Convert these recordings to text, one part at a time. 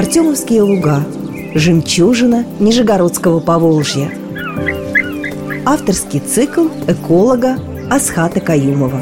Артемовские луга. Жемчужина Нижегородского Поволжья. Авторский цикл эколога Асхата Каюмова.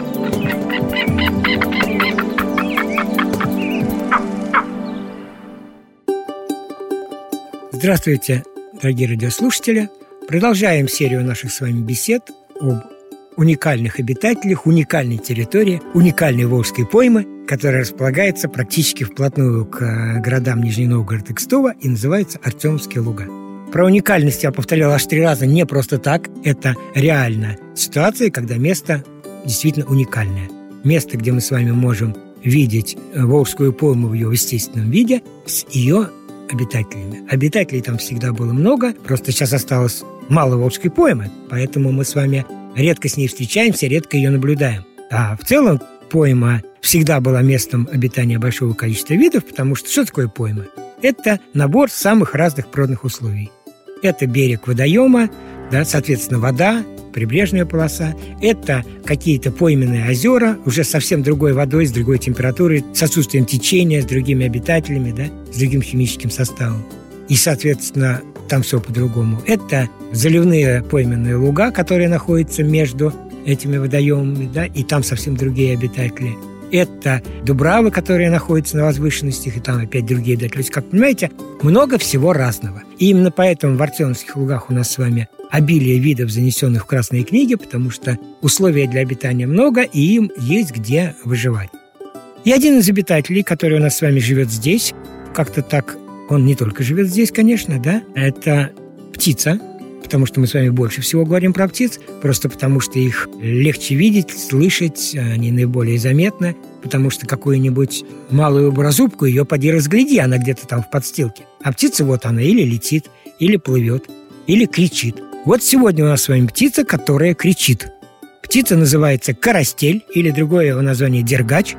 Здравствуйте, дорогие радиослушатели! Продолжаем серию наших с вами бесед об уникальных обитателях, уникальной территории, уникальной Волжской поймы, которая располагается практически вплотную к городам Нижний Новгород и Кстово и называется Артемовские луга. Про уникальность я повторял аж 3 раза не просто так. Это реальная ситуация, когда место действительно уникальное. Место, где мы с вами можем видеть Волжскую пойму в ее естественном виде с ее обитателями. Обитателей там всегда было много, просто сейчас осталось мало Волжской поймы, поэтому мы с вами редко с ней встречаемся, редко ее наблюдаем. А в целом пойма всегда была местом обитания большого количества видов, потому что такое пойма? Это набор самых разных природных условий. Это берег водоема, соответственно, вода, прибрежная полоса. Это какие-то пойменные озера, уже совсем другой водой, с другой температурой, с отсутствием течения, с другими обитателями, с другим химическим составом. И, соответственно, там все по-другому. Это заливные пойменные луга, которые находятся между этими водоемами, и там совсем другие обитатели. Это дубравы, которые находятся на возвышенностях, и там опять другие обитатели. То есть, как понимаете, много всего разного. И именно поэтому в Артемовских лугах у нас с вами обилие видов, занесенных в Красные книги, потому что условий для обитания много, и им есть где выживать. И один из обитателей, который у нас с вами живет здесь, как-то так, он не только живет здесь, конечно, это птица, потому что мы с вами больше всего говорим про птиц, просто потому что их легче видеть, слышать, они наиболее заметны, потому что какую-нибудь малую борозубку ее поди разгляди, она где-то там в подстилке. А птица вот она или летит, или плывет, или кричит. Вот сегодня у нас с вами птица, которая кричит. Птица называется карастель, или другое его название дергач,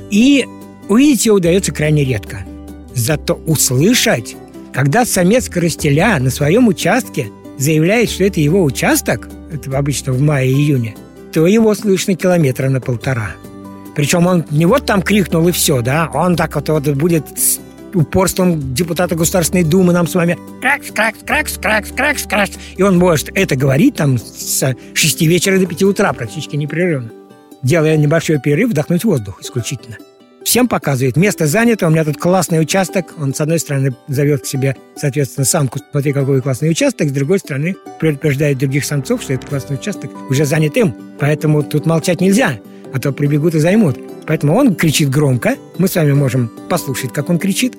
и увидеть ее удается крайне редко. Зато услышать, когда самец карастеля на своем участке заявляет, что это его участок, это обычно в мае-июне, то его слышно километра на 1,5. Причем он не вот там крикнул и все, он так вот будет с упорством депутата Государственной Думы нам с вами кракс, кракс, кракс, кракс, кракс, кракс. И он может это говорить там с 6 вечера до 5 утра практически непрерывно, делая небольшой перерыв, вдохнуть воздух исключительно. Всем показывает, место занято, у меня тут классный участок. Он, с одной стороны, зовет к себе, соответственно, самку, смотри, какой классный участок, с другой стороны, предупреждает других самцов, что этот классный участок уже занят им. Поэтому тут молчать нельзя, а то прибегут и займут. Поэтому он кричит громко. Мы с вами можем послушать, как он кричит.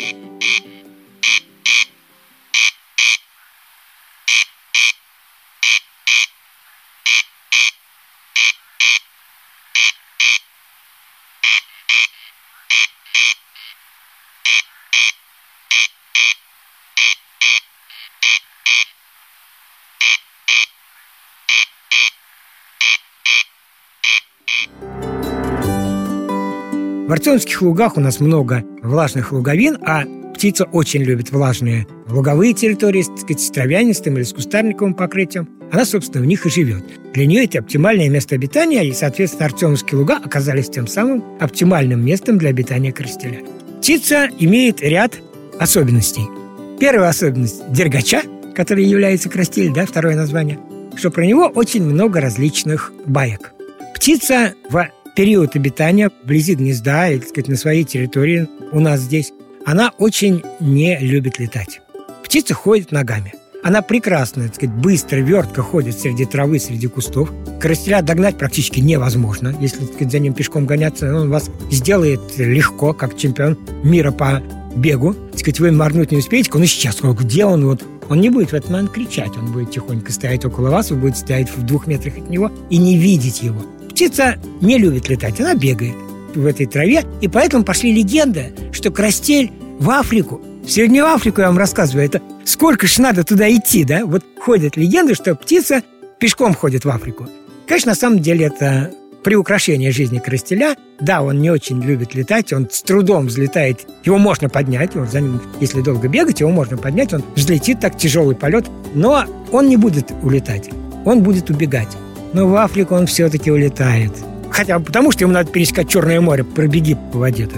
В Артемовских лугах у нас много влажных луговин, а птица очень любит влажные луговые территории, с травянистым или с кустарниковым покрытием. Она, собственно, в них и живет. Для нее это оптимальное место обитания, и, соответственно, Артемовские луга оказались тем самым оптимальным местом для обитания карастеля. Птица имеет ряд особенностей. Первая особенность – дергача, который является карастель, второе название, что про него очень много различных баек. Птица в период обитания вблизи гнезда, или, так сказать, на своей территории у нас здесь, она очень не любит летать. Птица ходит ногами. Она прекрасно, так сказать, быстро, вертко ходит среди травы, среди кустов. Карастеля догнать практически невозможно. Если, так сказать, за ним пешком гоняться, он вас сделает легко, как чемпион мира по бегу. Так сказать, вы моргнуть не успеете, он исчез. Где он? Он не будет в этот момент кричать, он будет тихонько стоять около вас, вы будете стоять в 2 метрах от него и не видеть его. Птица не любит летать, она бегает в этой траве, и поэтому пошли легенды, что карастель в Африку, в Среднюю Африку, я вам рассказываю, это сколько ж надо туда идти, Вот ходят легенды, что птица пешком ходит в Африку. Конечно, на самом деле это приукрашение жизни карастеля. Да, он не очень любит летать, он с трудом взлетает, его можно поднять, за ним, если долго бегать, его можно поднять, он взлетит, так тяжелый полет, но он не будет улетать, он будет убегать. Но в Африку он все-таки улетает. Хотя бы потому, что ему надо пересекать Черное море, пробеги по воде-то,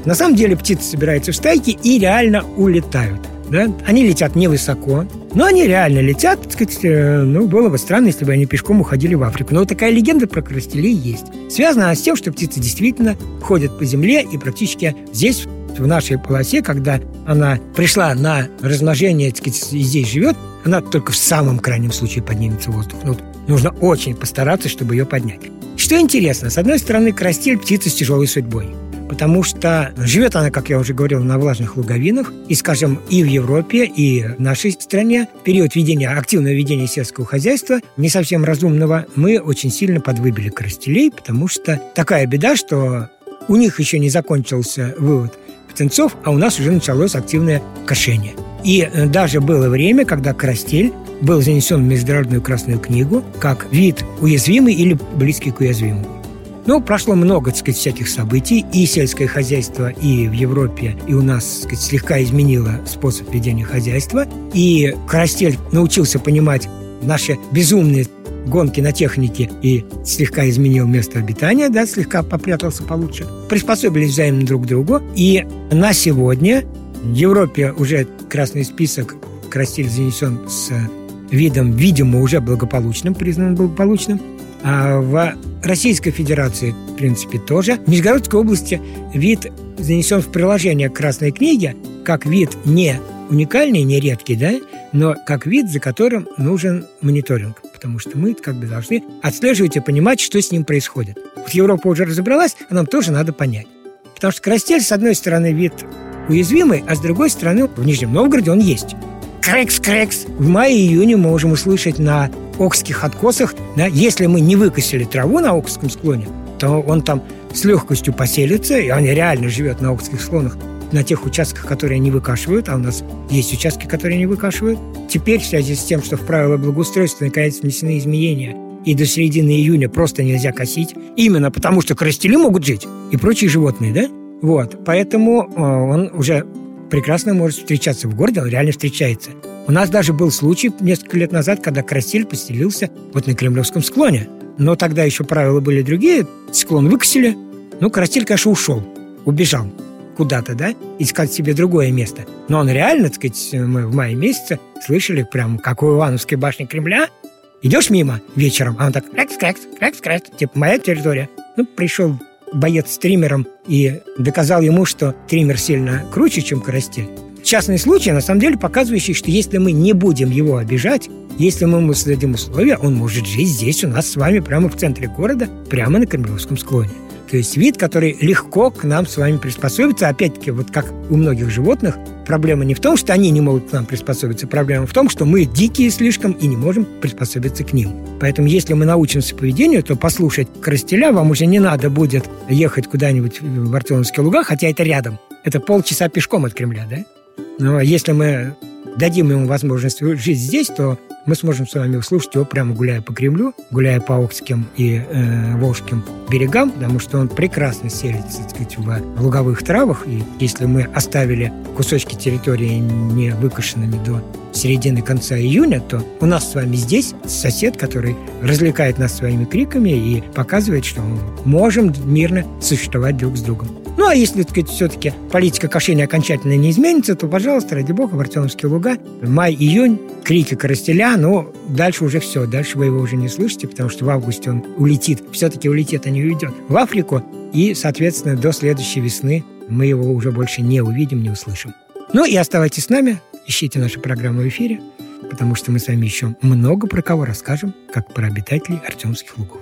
На самом деле птицы собираются в стайки и реально улетают. Да? Они летят невысоко, но они реально летят, так сказать, было бы странно, если бы они пешком уходили в Африку. Но вот такая легенда про коростелей есть. Связана она с тем, что птица действительно ходит по земле, и практически здесь, в нашей полосе, когда она пришла на размножение, так сказать, и здесь живет, она только в самом крайнем случае поднимется в воздух. Но нужно очень постараться, чтобы ее поднять. Что интересно, с одной стороны, коростель – птица с тяжелой судьбой. Потому что живет она, как я уже говорил, на влажных луговинах. И, скажем, и в Европе, и в нашей стране в период активного ведения сельского хозяйства, не совсем разумного, мы очень сильно подвыбили коростелей, потому что такая беда, что у них еще не закончился вывод птенцов, а у нас уже началось активное кошение. И даже было время, когда коростель был занесен в Международную Красную книгу как вид уязвимый или близкий к уязвимому. Прошло много, так сказать, всяких событий, и сельское хозяйство и в Европе, и у нас, так сказать, слегка изменило способ ведения хозяйства, и коростель научился понимать наши безумные гонки на технике и слегка изменил место обитания, да, слегка попрятался получше, приспособились взаимно друг к другу, и на сегодня в Европе уже красный список коростель занесен с видом, видимо, уже благополучным, признан благополучным. А в Российской Федерации, в принципе, тоже. В Нижегородской области вид занесен в приложение к Красной книге как вид не уникальный, не редкий, да, но как вид, за которым нужен мониторинг. Потому что мы должны отслеживать и понимать, что с ним происходит. Вот Европа уже разобралась, а нам тоже надо понять. Потому что коростель, с одной стороны, вид уязвимый, а с другой стороны, в Нижнем Новгороде он есть. Крекс-крекс. В мае-июне мы можем услышать на окских откосах, да, если мы не выкосили траву на окском склоне, то он там с легкостью поселится, и он реально живет на окских склонах, на тех участках, которые не выкашивают, а у нас есть участки, которые не выкашивают. Теперь в связи с тем, что в правила благоустройства наконец внесены изменения, и до середины июня просто нельзя косить, именно потому что коростели могут жить, и прочие животные, да? Поэтому он уже прекрасно может встречаться в городе, он реально встречается. У нас даже был случай несколько лет назад, когда коростель поселился на Кремлевском склоне. Но тогда еще правила были другие, склон выкосили. Коростель, конечно, ушел, убежал куда-то, да, искать себе другое место. Но он реально, так сказать, мы в мае месяце слышали прям, как у Ивановской башни Кремля. Идешь мимо вечером, а он так крекс, типа моя территория. Пришел боец с триммером и доказал ему, что триммер сильно круче, чем коростель. Частный случай, на самом деле, показывающий, что если мы не будем его обижать, если мы ему создадим условия, он может жить здесь у нас с вами прямо в центре города, прямо на Кремлевском склоне. То есть вид, который легко к нам с вами приспособится. Опять-таки, как у многих животных, проблема не в том, что они не могут к нам приспособиться, проблема в том, что мы дикие слишком и не можем приспособиться к ним. Поэтому если мы научимся поведению, то послушать коростеля вам уже не надо будет ехать куда-нибудь в Артемовские луга, хотя это рядом. Это полчаса пешком от Кремля, да? Но если мы дадим ему возможность жить здесь, то мы сможем с вами услышать его прямо гуляя по Кремлю, гуляя по Окским и Волжским берегам, потому что он прекрасно селится, так сказать, в луговых травах. И если мы оставили кусочки территории не выкошенными до середины-конца июня, то у нас с вами здесь сосед, который развлекает нас своими криками и показывает, что мы можем мирно существовать друг с другом. А если, так сказать, все-таки политика кошения окончательно не изменится, то, пожалуйста, ради бога, в Артемовские луга, май-июнь, крики коростеля, дальше уже все, дальше вы его уже не слышите, потому что в августе он улетит, все-таки улетит, а не уйдет в Африку, и, соответственно, до следующей весны мы его уже больше не увидим, не услышим. И оставайтесь с нами, ищите наши программы в эфире, потому что мы с вами еще много про кого расскажем, как про обитателей Артемовских лугов.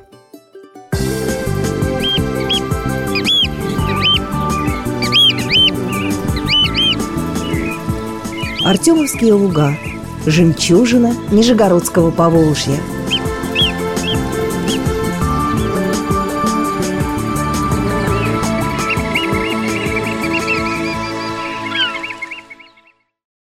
Артемовские луга. Жемчужина Нижегородского Поволжья.